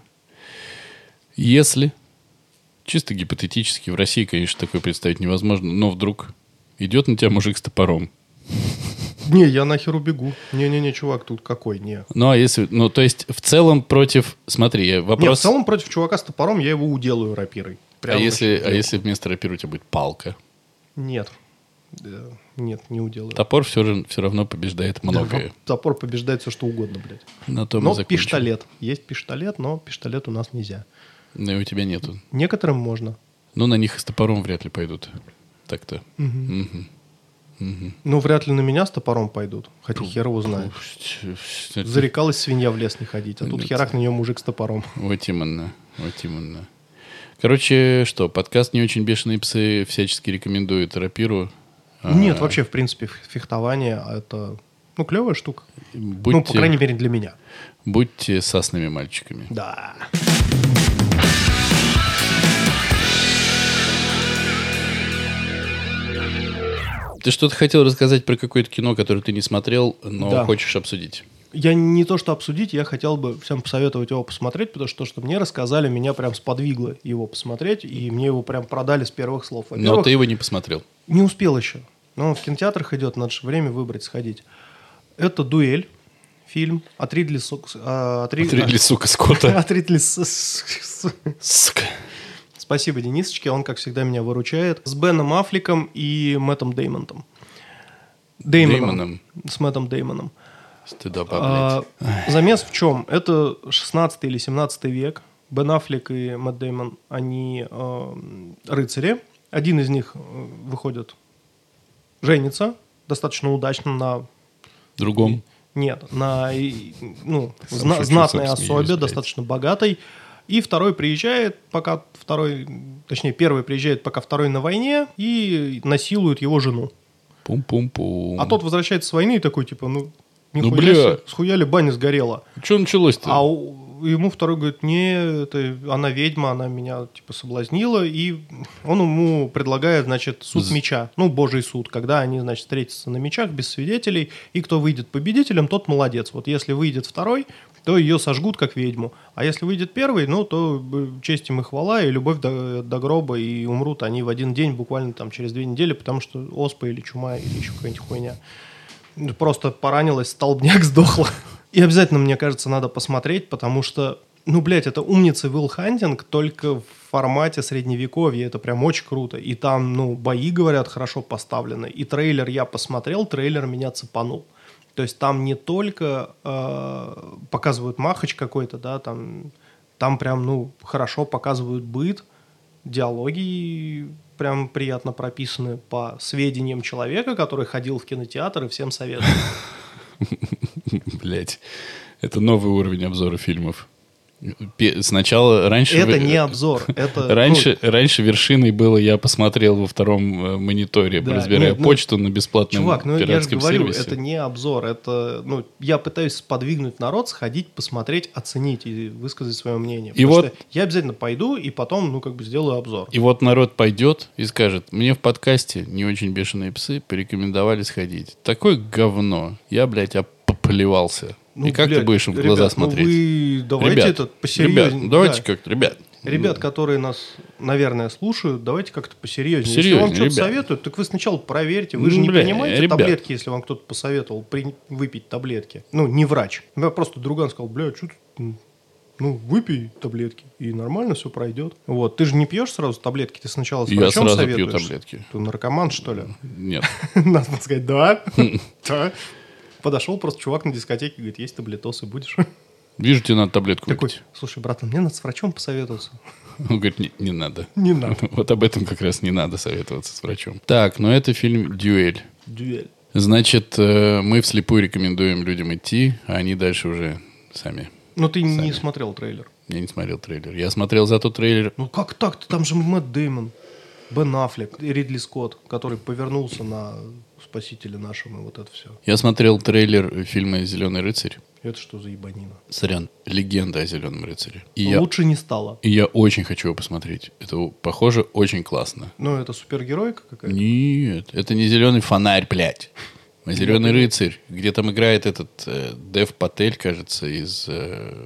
Если, чисто гипотетически, в России, конечно, такое представить невозможно, но вдруг идет на тебя мужик с топором. Не, я нахер убегу. Не-не-не, чувак, тут какой, не. Ну, а если... Ну, то есть, в целом против... Смотри, я вопрос... Нет, в целом против чувака с топором я его уделаю рапирой. А если, а если вместо рапиры у тебя будет палка? Нет. Да, нет, не уделаю. Топор все, же, все равно побеждает многое. Да, топор побеждает все, что угодно, блядь. На том но и закончим. пиштолет. Есть пиштолет, но пиштолет у нас нельзя. Но и у тебя нету. Некоторым можно. Ну, на них с топором вряд ли пойдут. Так-то. Угу. Угу. Угу. Ну, вряд ли на меня с топором пойдут. Хотя хер его знает. Зарекалась свинья в лес не ходить, а тут Это... херак на нее мужик с топором. Вот именно. Вот именно. Короче, что, подкаст «Не очень бешеные псы» всячески рекомендует рапиру. Нет, а... вообще, в принципе, фехтование — это, ну, клевая штука. Будьте... Ну, по крайней мере, для меня. Будьте сасными мальчиками. Да. Ты что-то хотел рассказать про какое-то кино, которое ты не смотрел, но да. хочешь обсудить? Я не то что обсудить, я хотел бы всем посоветовать его посмотреть, потому что то, что мне рассказали, меня прям сподвигло его посмотреть, и мне его прям продали с первых слов. Во-первых, но ты его не посмотрел? Не успел еще. Но он в кинотеатрах идет, надо же время выбрать, сходить. Это «Дуэль», фильм от Ридли, Сук... а, от Рид... от Ридли сука Скотта. От Ридли Сука. Спасибо Денисочке, он, как всегда, меня выручает. С Беном Аффлеком и Мэттом Деймоном. Деймоном. Деймоном. С Мэттом Деймоном. Стыдоба, а, замес в чем? Это шестнадцатый или семнадцатый век. Бен Аффлек и Мэтт Деймон, они э, рыцари. Один из них выходит, женится достаточно удачно на... Другом? Нет, на ну, зна- знатной особе, достаточно богатой. И второй приезжает, пока второй, точнее, первый приезжает, пока второй на войне, и насилует его жену. Пум-пум-пум. А тот возвращается с войны и такой, типа, ну, ну бля, схуяли, баня сгорела. Что началось-то? А у, ему второй говорит, не, это, она ведьма, она меня, типа, соблазнила, и он ему предлагает, значит, суд З... меча, ну, божий суд, когда они, значит, встретятся на мечах без свидетелей, и кто выйдет победителем, тот молодец. Вот если выйдет второй, то ее сожгут как ведьму. А если выйдет первый, ну, то честь им и хвала, и любовь до, до гроба, и умрут они в один день, буквально там через две недели, потому что оспа или чума, или еще какая-нибудь хуйня. Просто поранилась, столбняк, сдохла. И обязательно, мне кажется, надо посмотреть, потому что, ну, блядь, это умница Уилл Хантинг, только в формате средневековья. Это прям очень круто. И там, ну, бои, говорят, хорошо поставлены. И трейлер я посмотрел, трейлер меня цепанул. То есть там не только э, показывают махач какой-то, да, там, там прям, ну, хорошо показывают быт, диалоги прям приятно прописаны по сведениям человека, который ходил в кинотеатр и всем советую. Блять, это новый уровень обзора фильмов. Сначала, раньше... Это не обзор. Это, раньше, ну... раньше вершиной было, я посмотрел во втором э, мониторе, да, разбирая ну, почту ну, на бесплатном чувак, ну, пиратском я же говорю, сервисе. Это не обзор. Это, ну, я пытаюсь сподвигнуть народ, сходить, посмотреть, оценить и высказать свое мнение. И вот... я обязательно пойду и потом, ну, как бы сделаю обзор. И вот народ пойдет и скажет, мне в подкасте «Не очень бешеные псы» порекомендовали сходить. Такое говно. Я, блядь, поплевался. Ну, и как блядь, ты будешь им в глаза ребят, смотреть? Ну вы давайте ребят, это посерьезнее. Ребят, давайте да. как-то, ребят. Ребят, которые нас, наверное, слушают, давайте как-то посерьезнее. Посерьезнее, если вам что-то ребят. советуют, так вы сначала проверьте. Вы же не Бля, принимаете ребят. таблетки, если вам кто-то посоветовал при... выпить таблетки. Ну, не врач. Я просто друган сказал, бля, что ты... Ну, выпей таблетки, и нормально все пройдет. Вот. Ты же не пьешь сразу таблетки, ты сначала с Я врачом сразу советуешь. пью таблетки. Ты наркоман, что ли? Нет. Надо сказать, да. Да. Подошел просто чувак на дискотеке, говорит, есть таблетосы, будешь? Вижу, тебе надо таблетку Такой, выпить. слушай, братан, мне надо с врачом посоветоваться. Он говорит, не, не надо. Не надо. Вот об этом как раз не надо советоваться с врачом. Так, ну это фильм «Дюэль». Дюэль. Значит, мы вслепую рекомендуем людям идти, а они дальше уже сами. Но ты сами. не смотрел трейлер. Я не смотрел трейлер. Я смотрел зато трейлер. Ну как так-то? Там же Мэтт Деймон, Бен Аффлек и Ридли Скотт, который повернулся на спасителя нашего, и вот это все. Я смотрел трейлер фильма «Зеленый рыцарь». Это что за ебанина? Сорян, легенда о «Зеленом рыцаре». И Лучше я, не стало. И я очень хочу его посмотреть. Это, похоже, очень классно. Ну, это супергеройка какая-то? Нет, это не «Зеленый фонарь», блядь. А «Зеленый рыцарь», где там играет этот э, Дев Патель, кажется, из э,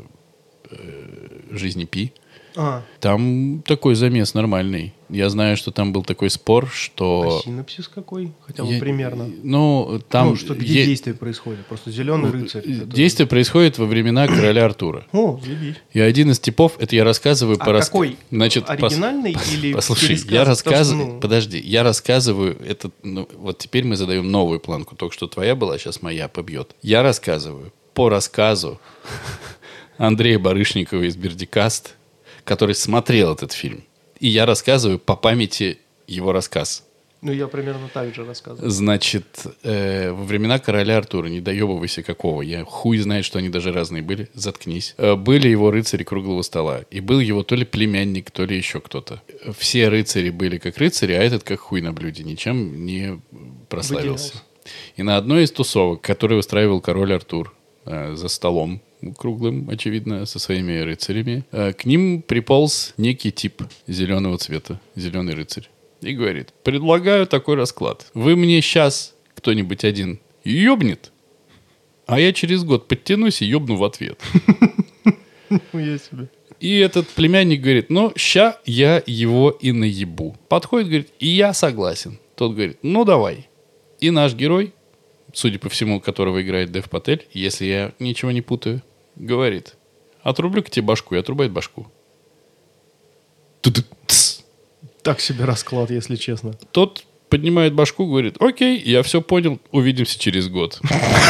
э, «Жизни Пи». А. Там такой замес нормальный. Я знаю, что там был такой спор, что... А синопсис какой? Хотя бы Я... примерно. Ну, там... Ну, что где е... действие происходит? Просто «Зеленый рыцарь». Действие это... происходит во времена короля Артура. О, заебись. И один из типов, это я рассказываю... А по какой? Рас... Значит, оригинальный пос... или Послушай, пересказ? я рассказываю... Ну... Подожди, я рассказываю... Это... Ну, вот теперь мы задаем новую планку. Только что твоя была, сейчас моя побьет. Я рассказываю по рассказу Андрея Барышникова из «Бердикаст», который смотрел этот фильм. И я рассказываю по памяти его рассказ. Ну, я примерно так же рассказываю. Значит, э, во времена короля Артура, не доебывайся какого, я хуй знает, что они даже разные были, заткнись. Э, были его рыцари круглого стола. И был его то ли племянник, то ли еще кто-то. Все рыцари были как рыцари, а этот как хуй на блюде. Ничем не прославился. Выделялся. И на одной из тусовок, которые устраивал король Артур э, за столом круглым, очевидно, со своими рыцарями, э, к ним приполз некий тип зеленого цвета, зеленый рыцарь. И говорит, предлагаю такой расклад. Вы мне сейчас кто-нибудь один ёбнет, а я через год подтянусь и ёбну в ответ. Я себе. И этот племянник говорит, ну, ща я его и наебу. Подходит, говорит, и я согласен. Тот говорит, ну, давай. И наш герой, судя по всему, которого играет Дэв Патель, если я ничего не путаю, говорит, отрублю-ка тебе башку, и отрубает башку. Ту-ду-тс. Так себе расклад, если честно. Тот поднимает башку, говорит, окей, я все понял, увидимся через год.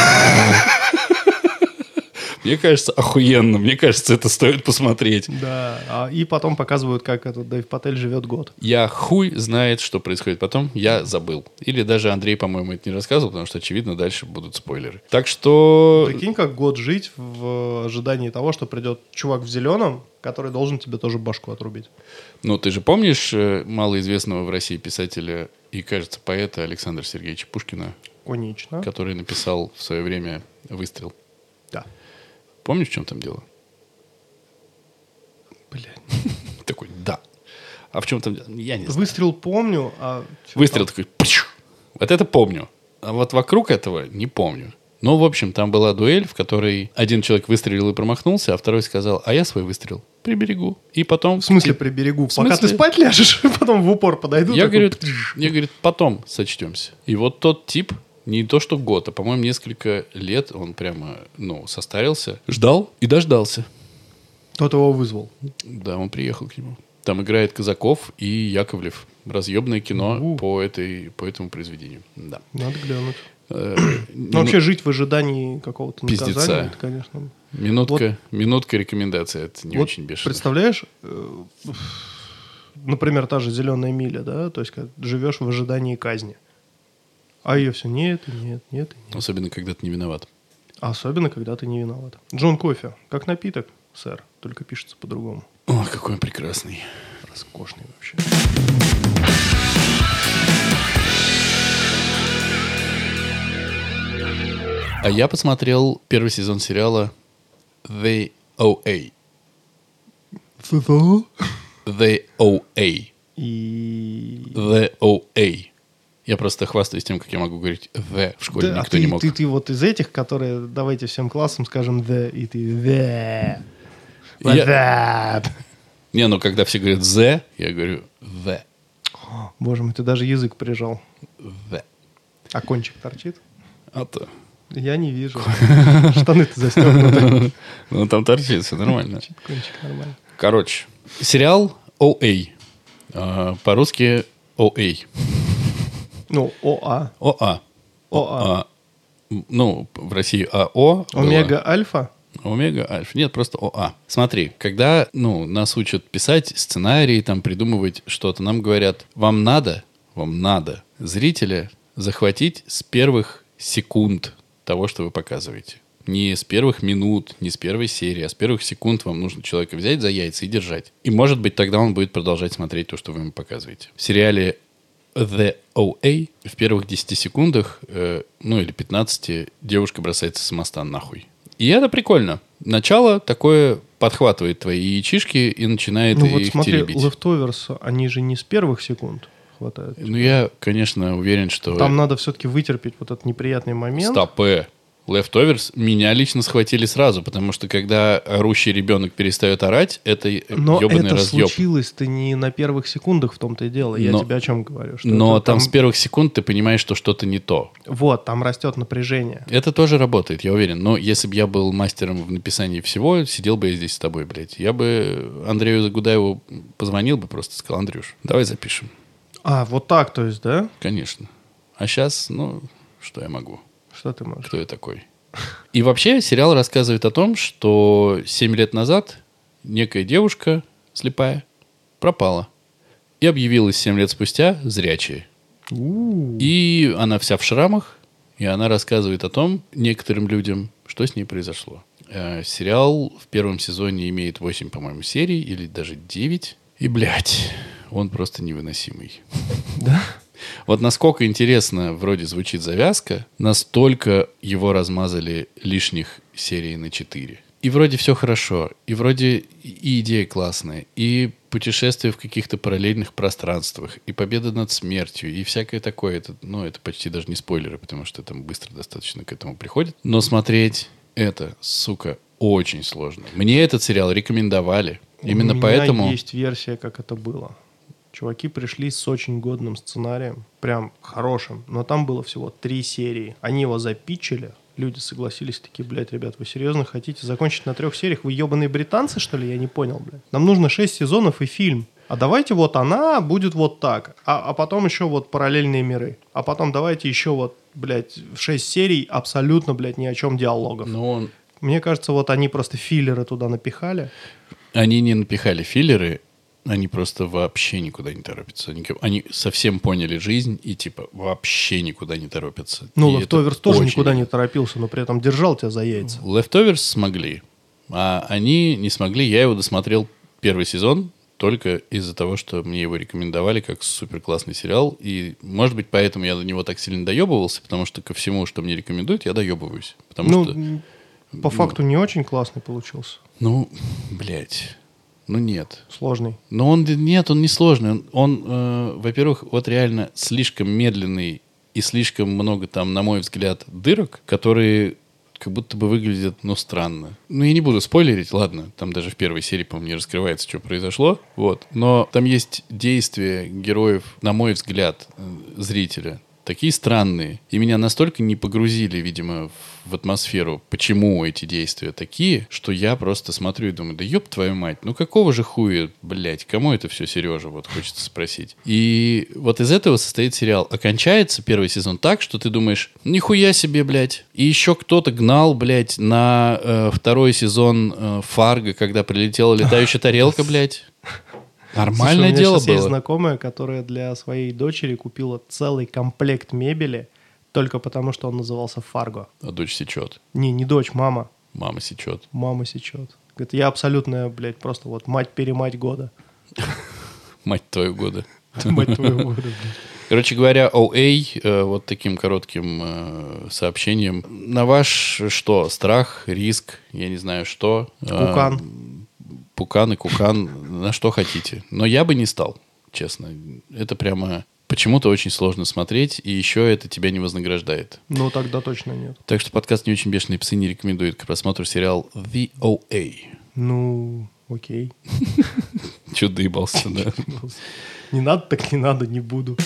Мне кажется, охуенно. Мне кажется, это стоит посмотреть. Да, а, и потом показывают, как этот Дэйв Патель живет год. Я хуй знает, что происходит потом. Я забыл. Или даже Андрей, по-моему, это не рассказывал, потому что, очевидно, дальше будут спойлеры. Так что... Прикинь, как год жить в ожидании того, что придет чувак в зеленом, который должен тебе тоже башку отрубить. Ну, ты же помнишь э, малоизвестного в России писателя и, кажется, поэта Александра Сергеевича Пушкина, Конечно. который написал в свое время «Выстрел». Да. Помнишь, в чем там дело? Блядь. Такой, да. А в чем там дело? Я не знаю. Выстрел помню, а... чё Выстрел там? такой, пш! Вот это помню. А вот вокруг этого не помню. Ну, в общем, там была дуэль, в которой один человек выстрелил и промахнулся, а второй сказал, а я свой выстрел приберегу. И потом... В смысле приберегу? В Пока ты смысле? спать ляжешь, потом в упор подойду. Я, такой, говорю, я, говорит, потом сочтемся. И вот тот тип, не то что год, а, по-моему, несколько лет он прямо, ну, состарился. Ждал и дождался. Тот его вызвал. Да, он приехал к нему. Там играет Казаков и Яковлев. Разъебное кино У. по, этой, по этому произведению. Да. Надо глянуть. Э, Ну, вообще жить в ожидании какого-то Пиздеца. наказания, это, конечно... Минутка, минутка рекомендация. Это не Вот очень бешено. представляешь, э, например, та же «Зеленая миля», да, то есть как живешь в ожидании казни. А ее все нет, и нет, нет, и нет. Особенно, когда ты не виноват. А особенно, когда ты не виноват. Джон Кофе, как напиток, сэр, только пишется по-другому. О, какой он прекрасный. Роскошный вообще. А я посмотрел первый сезон сериала The о эй. The о эй. И... The о эй. Я просто хвастаюсь тем, как я могу говорить The в школе. Да, а Никто ты, не мог. Ты, ты вот из этих, которые, давайте всем классам скажем «the», и ты «the». Я- «The». Не, ну когда все говорят The, я говорю The. Боже мой, ты даже язык прижал. The. А кончик торчит? А то. Я не вижу. Штаны-то застегнуты. Ну там торчит, все нормально. Кончик нормально. Короче, сериал о эй. А, по-русски о эй. Ну, ОА. ОА. ОА. А, ну, в России АО. было. Омега-альфа? Омега-альфа. Нет, просто ОА. Смотри, когда ну, нас учат писать сценарии, там, придумывать что-то, нам говорят, вам надо, вам надо зрителя захватить с первых секунд того, что вы показываете. Не с первых минут, не с первой серии, а с первых секунд вам нужно человека взять за яйца и держать. И, может быть, тогда он будет продолжать смотреть то, что вы ему показываете. В сериале The о эй в первых десяти секундах, э, ну или пятнадцати, девушка бросается с моста нахуй. И это прикольно. Начало такое подхватывает твои яичишки и начинает Ну их вот смотри, теребить. Leftovers, они же не с первых секунд хватают. Ну, я, конечно, уверен, что... Там надо все-таки вытерпеть вот этот неприятный момент. Стоп, э. Leftovers меня лично схватили сразу, потому что когда орущий ребенок перестает орать, это Но ебаный это разъеб. случилось-то не на первых секундах, в том-то и дело. Я Но- тебе о чем говорю. Что Но это там с первых секунд ты понимаешь, что что-то не то. Вот, там растет напряжение. Это тоже работает, я уверен. Но если бы я был мастером в написании всего, сидел бы я здесь с тобой, блядь. Я бы Андрею Загудаеву позвонил бы, просто сказал, Андрюш, давай запишем. А, вот так, то есть, да? Конечно. А сейчас, ну, что я могу? Что ты можешь? Кто я такой? И вообще сериал рассказывает о том, что семь лет назад некая девушка слепая, пропала. И объявилась семь лет спустя зрячей. У-у-у. И она вся в шрамах, и она рассказывает о том некоторым людям, что с ней произошло. Э, сериал в первом сезоне имеет восемь, по-моему, серий, или даже девять. И, блядь, он просто невыносимый. Да? Вот насколько интересно вроде звучит завязка, настолько его размазали лишних серий на четыре. И вроде все хорошо, и вроде и идея классная, и путешествие в каких-то параллельных пространствах, и победа над смертью, и всякое такое. Это, ну, это почти даже не спойлеры, потому что там быстро достаточно к этому приходит. Но смотреть это, сука, очень сложно. Мне этот сериал рекомендовали. Именно У меня поэтому... есть версия, как это было. Чуваки пришли с очень годным сценарием, прям хорошим, но там было всего три серии. Они его запичили, люди согласились, такие, блядь, ребят, вы серьезно хотите закончить на трех сериях? Вы ебаные британцы, что ли? Я не понял, блядь. Нам нужно шесть сезонов и фильм. А давайте вот она будет вот так, а, а потом еще вот параллельные миры. А потом давайте еще вот, блядь, шесть серий абсолютно, блядь, ни о чем диалогов. Но он... Мне кажется, вот они просто филлеры туда напихали. Они не напихали филлеры, они просто вообще никуда не торопятся. Они, они совсем поняли жизнь и типа вообще никуда не торопятся. Ну, И Leftovers тоже очень... никуда не торопился, но при этом держал тебя за яйца. Leftovers смогли, а они не смогли. Я его досмотрел первый сезон только из-за того, что мне его рекомендовали как супер классный сериал. И, может быть, поэтому я до него так сильно доебывался, потому что ко всему, что мне рекомендуют, я доебываюсь. Потому ну, что... по факту не очень классный получился. Ну, блядь. Ну, нет. Сложный. Но он, нет, он не сложный. Он, он э, во-первых, вот реально слишком медленный и слишком много там, на мой взгляд, дырок, которые как будто бы выглядят, ну, странно. Ну, я не буду спойлерить, ладно. Там даже в первой серии, по-моему, не раскрывается, что произошло. Вот. Но там есть действия героев, на мой взгляд, зрителя, такие странные. И меня настолько не погрузили, видимо, в атмосферу, почему эти действия такие, что я просто смотрю и думаю, да ёб твою мать, ну какого же хуя, блядь, кому это все, Сережа, вот хочется спросить. И вот из этого состоит сериал. Окончается первый сезон так, что ты думаешь, нихуя себе, блядь. И еще кто-то гнал, блядь, на э, второй сезон э, Фарго, когда прилетела летающая тарелка, блядь. Нормальное Слушай, дело было. У меня сейчас есть было. знакомая, которая для своей дочери купила целый комплект мебели только потому, что он назывался Фарго. А дочь сечет. Не, не дочь, мама. Мама сечет. Мама сечет. Говорит, я абсолютная, блядь, просто вот мать-перемать года. Мать твою года. Мать твою года, блядь. Короче говоря, о эй, э, вот таким коротким э, сообщением. На ваш что? Страх, риск, я не знаю что. Э, Кукан. Пукан и кукан, на что хотите. Но я бы не стал, честно. Это прямо почему-то очень сложно смотреть, и еще это тебя не вознаграждает. Ну, тогда точно нет. Так что подкаст «Не очень бешеные псы» не рекомендует к просмотру сериал The о эй. Ну, окей. Че доебался, да? Не надо, так не надо, не буду.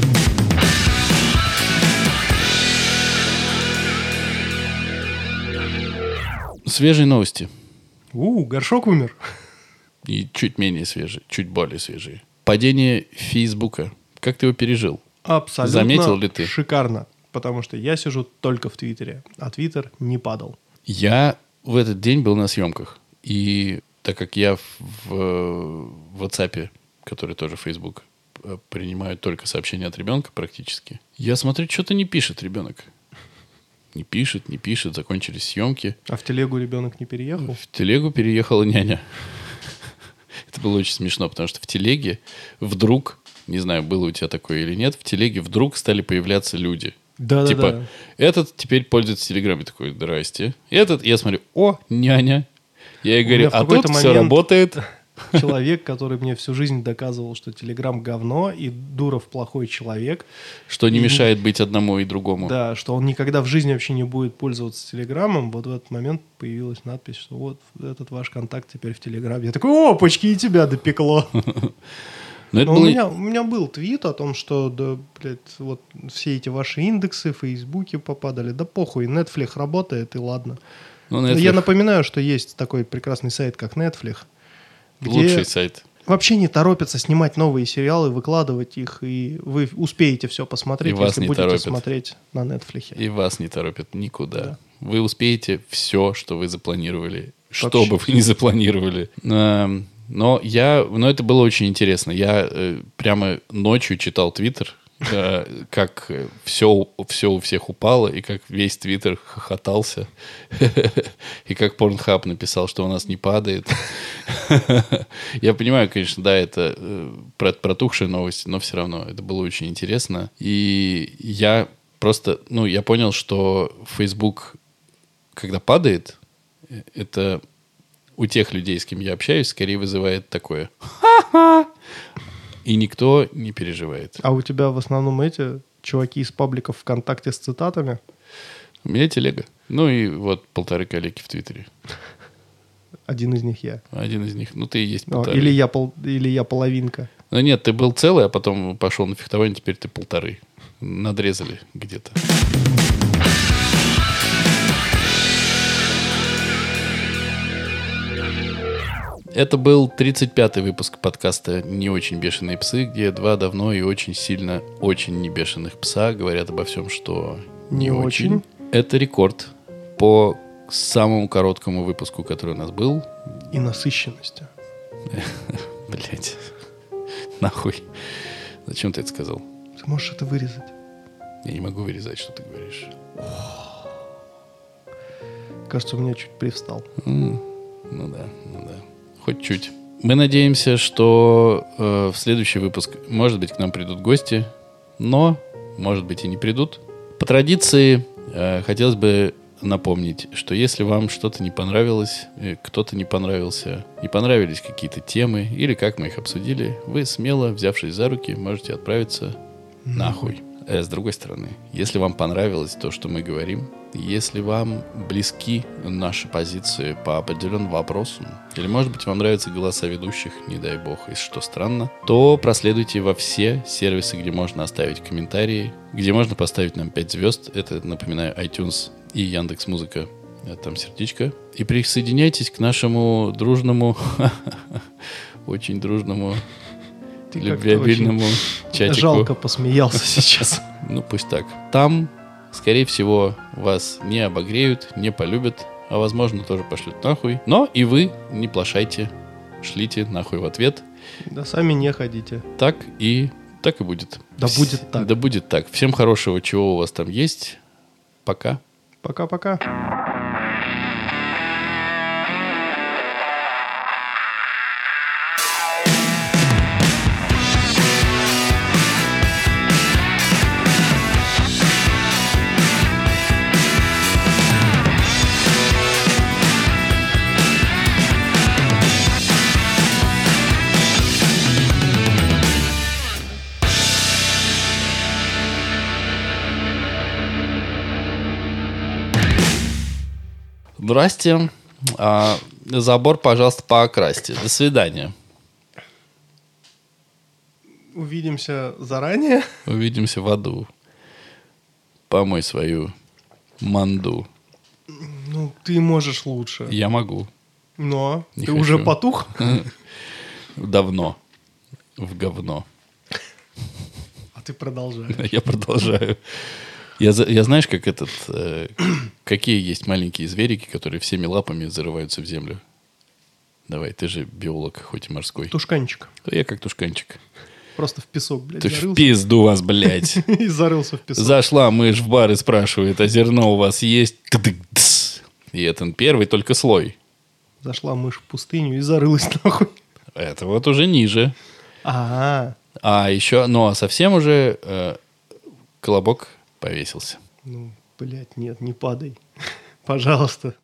Свежие новости. У, горшок умер. И чуть менее свежие, чуть более свежие. Падение Фейсбука. Как ты его пережил? Абсолютно Заметил ли ты? Шикарно. Потому что я сижу только в Твиттере, а Твиттер не падал. Я в этот день был на съемках. И так как я в, в WhatsApp, который тоже Facebook, принимаю только сообщения от ребенка практически, я смотрю, что-то не пишет ребенок. Не пишет, не пишет, закончились съемки. А в телегу ребенок не переехал? В телегу переехала няня. Это было очень смешно, потому что в телеге вдруг, не знаю, было у тебя такое или нет, в телеге вдруг стали появляться люди. Да, типа, да, да. этот теперь пользуется Телеграм. Такой, здрасте. Этот, я смотрю, о, няня. Я ей говорю, а тут все работает. Человек, который мне всю жизнь доказывал, что Телеграм говно и Дуров плохой человек. Что не и, мешает быть одному и другому. Да, что он никогда в жизни вообще не будет пользоваться Телеграмом. Вот в этот момент появилась надпись, что вот этот ваш контакт теперь в Телеграме. Я такой, опачки, и тебя допекло. Но это Но было... у, меня, у меня был твит о том, что да, блядь, вот все эти ваши индексы, фейсбуки попадали. Да похуй, Netflix работает, и ладно. Ну, Netflix... Я напоминаю, что есть такой прекрасный сайт, как Netflix. Где Лучший сайт. вообще не торопятся снимать новые сериалы, выкладывать их, и вы успеете все посмотреть, И вас если не будете торопят. смотреть на Netflix. И вас не торопят никуда. Да. Вы успеете все, что вы запланировали. Что Вообще бы вы ни запланировали. А, Но я, но это было очень интересно. Я э, прямо ночью читал Твиттер, э, как все, все у всех упало, и как весь Твиттер хохотался, и как Pornhub написал, что у нас не падает. Я понимаю, конечно, да, это э, протухшая новость, но все равно это было очень интересно. И я просто, ну, я понял, что Facebook, когда падает, это... у тех людей, с кем я общаюсь, скорее вызывает такое «ха-ха!» И никто не переживает. А у тебя в основном эти чуваки из пабликов ВКонтакте с цитатами? У меня телега. Ну и вот полторы коллеги в Твиттере. Один из них я. Один из них. Ну, ты и есть О, полторы. или, я пол, или я половинка. Ну нет, ты был целый, а потом пошел на фехтование, теперь ты полторы. Надрезали где-то. Это был тридцать пятый выпуск подкаста «Не очень бешеные псы», где два давно и очень сильно очень не бешеных пса говорят обо всем, что не, Не очень. очень. Это рекорд по самому короткому выпуску, который у нас был. И насыщенности. Блять. Нахуй. Зачем ты это сказал? Ты можешь это вырезать. Я не могу вырезать, что ты говоришь. Кажется, у меня чуть привстал. М, Ну да, ну да. Хоть чуть. Мы надеемся, что э, в следующий выпуск, может быть, к нам придут гости, но, может быть, и не придут. По традиции, э, хотелось бы напомнить, что если вам что-то не понравилось, э, кто-то не понравился, не понравились какие-то темы, или как мы их обсудили, вы смело, взявшись за руки, можете отправиться нахуй. Э, с другой стороны, если вам понравилось то, что мы говорим, если вам близки наши позиции по определенным вопросам, или, может быть, вам нравятся голоса ведущих, не дай бог, и что странно, то проследуйте во все сервисы, где можно оставить комментарии, где можно поставить нам пять звезд. Это, напоминаю, iTunes и Яндекс.Музыка. Там сердечко. И присоединяйтесь к нашему дружному, очень дружному, любвеобильному чатику. Жалко посмеялся сейчас. Ну, пусть так. Там, скорее всего, вас не обогреют, не полюбят, а, возможно, тоже пошлют нахуй. Но и вы не плашайте, шлите нахуй в ответ. Да сами не ходите. Так и, так и будет. Да будет так. Да будет так. Всем хорошего, чего у вас там есть. Пока. Пока-пока. Здрасте. А, забор, пожалуйста, поокрасьте. До свидания. Увидимся заранее. Увидимся в аду. Помой свою манду. Ну, ты можешь лучше. Я могу. Но Не ты хочу. уже потух? Давно. В говно. А ты продолжаешь. Я продолжаю. Я, за- я знаешь, как этот... э, какие есть маленькие зверики, которые всеми лапами зарываются в землю? Давай, ты же биолог, хоть и морской. Тушканчик. Я как тушканчик. Просто в песок, блядь, Ты в зарылся. пизду вас, блядь. И зарылся в песок. Зашла мышь в бар и спрашивает, а зерно у вас есть? Кдык-дс. И это первый только слой. Зашла мышь в пустыню и зарылась нахуй. Это вот уже ниже. А, А еще, ну а совсем уже э, колобок повесился. ну, блядь, нет, не падай. Пожалуйста.